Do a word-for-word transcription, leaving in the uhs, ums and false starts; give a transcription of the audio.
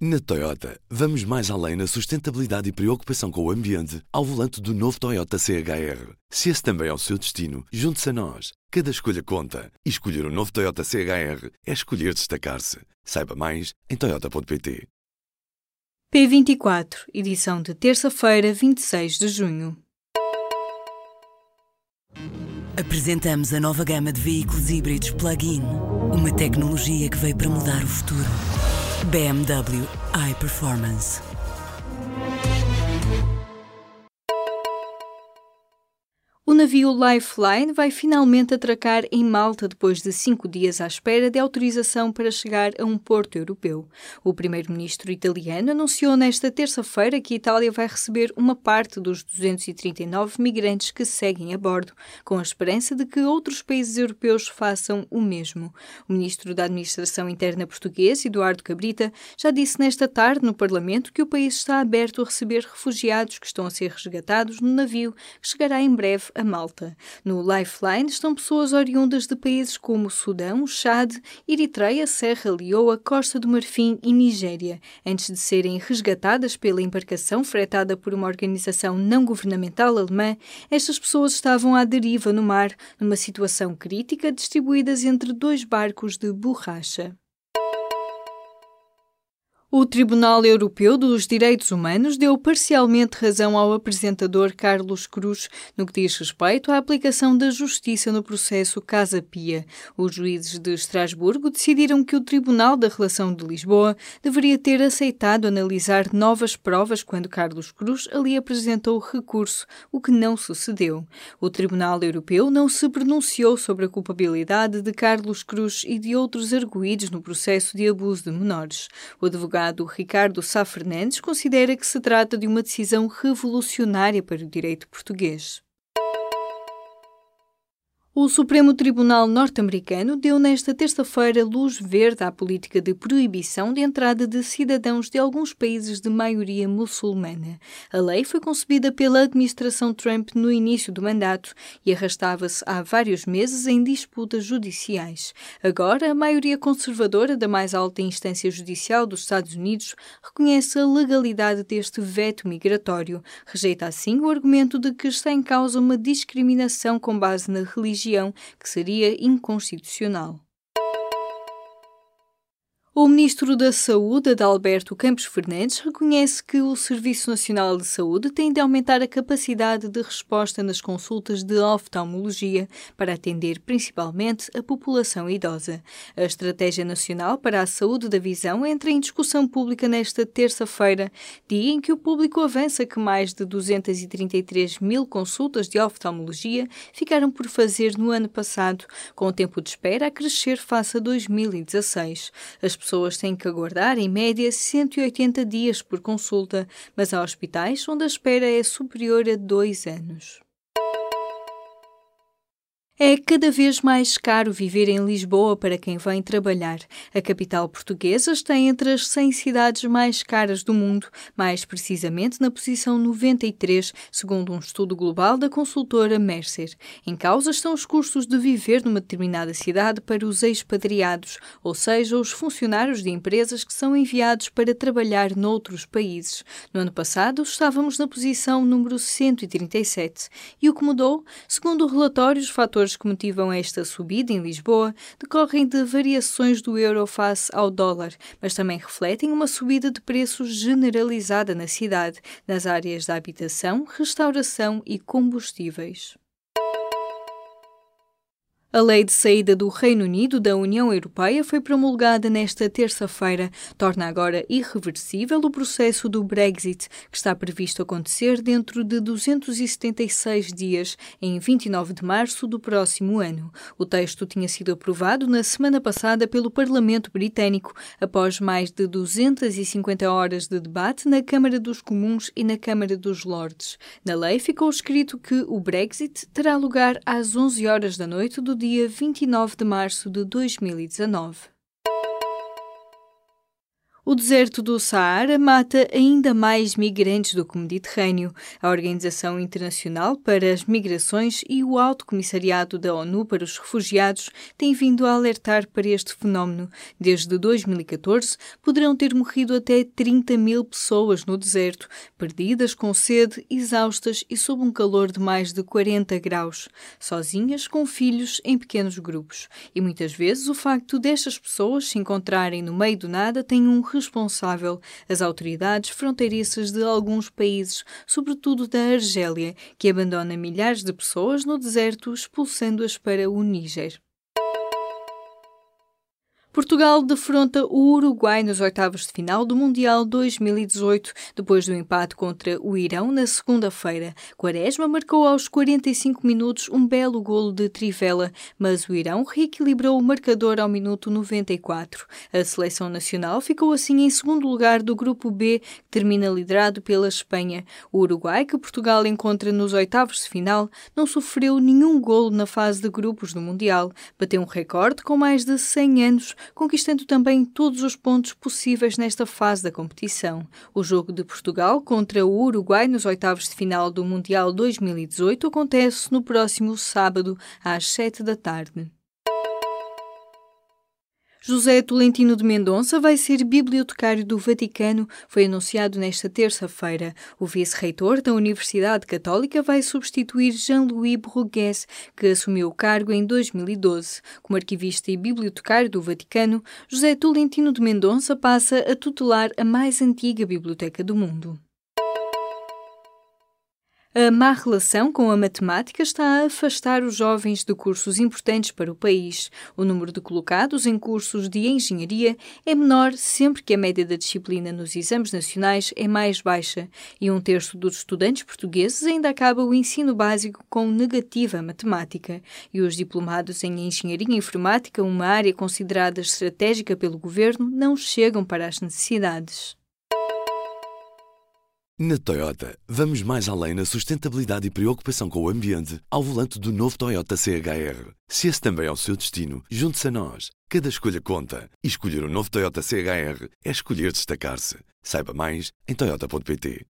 Na Toyota, vamos mais além na sustentabilidade e preocupação com o ambiente ao volante do novo Toyota C H R. Se esse também é o seu destino, junte-se a nós. Cada escolha conta. E escolher o novo Toyota C H R é escolher destacar-se. Saiba mais em toyota ponto pt. P vinte e quatro, edição de terça-feira, vinte e seis de junho. Apresentamos a nova gama de veículos híbridos plug-in. Uma tecnologia que veio para mudar o futuro. B M W iPerformance. O navio Lifeline vai finalmente atracar em Malta depois de cinco dias à espera de autorização para chegar a um porto europeu. O primeiro-ministro italiano anunciou nesta terça-feira que a Itália vai receber uma parte dos duzentos e trinta e nove migrantes que seguem a bordo, com a esperança de que outros países europeus façam o mesmo. O ministro da Administração Interna português, Eduardo Cabrita, já disse nesta tarde no Parlamento que o país está aberto a receber refugiados que estão a ser resgatados no navio que chegará em breve a Malta. No Lifeline estão pessoas oriundas de países como Sudão, Chad, Eritreia, Serra Leoa, Costa do Marfim e Nigéria, antes de serem resgatadas pela embarcação fretada por uma organização não governamental alemã. Estas pessoas estavam à deriva no mar, numa situação crítica, distribuídas entre dois barcos de borracha. O Tribunal Europeu dos Direitos Humanos deu parcialmente razão ao apresentador Carlos Cruz no que diz respeito à aplicação da justiça no processo Casa Pia. Os juízes de Estrasburgo decidiram que o Tribunal da Relação de Lisboa deveria ter aceitado analisar novas provas quando Carlos Cruz ali apresentou recurso, o que não sucedeu. O Tribunal Europeu não se pronunciou sobre a culpabilidade de Carlos Cruz e de outros arguidos no processo de abuso de menores. O advogado O Ricardo Sá Fernandes considera que se trata de uma decisão revolucionária para o direito português. O Supremo Tribunal norte-americano deu nesta terça-feira luz verde à política de proibição de entrada de cidadãos de alguns países de maioria muçulmana. A lei foi concebida pela administração Trump no início do mandato e arrastava-se há vários meses em disputas judiciais. Agora, a maioria conservadora da mais alta instância judicial dos Estados Unidos reconhece a legalidade deste veto migratório. Rejeita assim o argumento de que está em causa uma discriminação com base na religião, que seria inconstitucional. O ministro da Saúde, Adalberto Campos Fernandes, reconhece que o Serviço Nacional de Saúde tem de aumentar a capacidade de resposta nas consultas de oftalmologia para atender principalmente a população idosa. A Estratégia Nacional para a Saúde da Visão entra em discussão pública nesta terça-feira, dia em que o público avança que mais de duzentas e trinta e três mil consultas de oftalmologia ficaram por fazer no ano passado, com o tempo de espera a crescer face a dois mil e dezasseis. As pessoas têm que aguardar, em média, cento e oitenta dias por consulta, mas há hospitais onde a espera é superior a dois anos. É cada vez mais caro viver em Lisboa para quem vem trabalhar. A capital portuguesa está entre as cem cidades mais caras do mundo, mais precisamente na posição noventa e três, segundo um estudo global da consultora Mercer. Em causa estão os custos de viver numa determinada cidade para os expatriados, ou seja, os funcionários de empresas que são enviados para trabalhar noutros países. No ano passado, estávamos na posição número cento e trinta e sete. E o que mudou? Segundo o relatório, os fatores que motivam esta subida em Lisboa decorrem de variações do euro face ao dólar, mas também refletem uma subida de preços generalizada na cidade, nas áreas da habitação, restauração e combustíveis. A lei de saída do Reino Unido da União Europeia foi promulgada nesta terça-feira. Torna agora irreversível o processo do Brexit, que está previsto acontecer dentro de duzentos e setenta e seis dias, em vinte e nove de março do próximo ano. O texto tinha sido aprovado na semana passada pelo Parlamento Britânico, após mais de duzentas e cinquenta horas de debate na Câmara dos Comuns e na Câmara dos Lordes. Na lei ficou escrito que o Brexit terá lugar às onze horas da noite do dia dia vinte e nove de março de dois mil e dezanove. O deserto do Saara mata ainda mais migrantes do que o Mediterrâneo. A Organização Internacional para as Migrações e o Alto Comissariado da ONU para os Refugiados têm vindo a alertar para este fenómeno. Desde dois mil e catorze, poderão ter morrido até trinta mil pessoas no deserto, perdidas com sede, exaustas e sob um calor de mais de quarenta graus, sozinhas, com filhos, em pequenos grupos. E muitas vezes o facto destas pessoas se encontrarem no meio do nada tem um responsável, as autoridades fronteiriças de alguns países, sobretudo da Argélia, que abandona milhares de pessoas no deserto, expulsando-as para o Níger. Portugal defronta o Uruguai nos oitavos de final do Mundial dois mil e dezoito, depois do empate contra o Irão na segunda-feira. Quaresma marcou aos quarenta e cinco minutos um belo golo de trivela, mas o Irão reequilibrou o marcador ao minuto noventa e quatro. A seleção nacional ficou assim em segundo lugar do grupo B, que termina liderado pela Espanha. O Uruguai, que Portugal encontra nos oitavos de final, não sofreu nenhum golo na fase de grupos do Mundial. Bateu um recorde com mais de cem anos, conquistando também todos os pontos possíveis nesta fase da competição. O jogo de Portugal contra o Uruguai nos oitavos de final do Mundial dois mil e dezoito acontece no próximo sábado, às sete da tarde. José Tolentino de Mendonça vai ser bibliotecário do Vaticano, foi anunciado nesta terça-feira. O vice-reitor da Universidade Católica vai substituir Jean-Louis Bruguès, que assumiu o cargo em dois mil e doze. Como arquivista e bibliotecário do Vaticano, José Tolentino de Mendonça passa a tutelar a mais antiga biblioteca do mundo. A má relação com a matemática está a afastar os jovens de cursos importantes para o país. O número de colocados em cursos de engenharia é menor sempre que a média da disciplina nos exames nacionais é mais baixa, e um terço dos estudantes portugueses ainda acaba o ensino básico com negativa matemática. E os diplomados em engenharia informática, uma área considerada estratégica pelo governo, não chegam para as necessidades. Na Toyota, vamos mais além na sustentabilidade e preocupação com o ambiente ao volante do novo Toyota C H R. Se esse também é o seu destino, junte-se a nós. Cada escolha conta. E escolher o novo Toyota C H R é escolher destacar-se. Saiba mais em toyota ponto pt.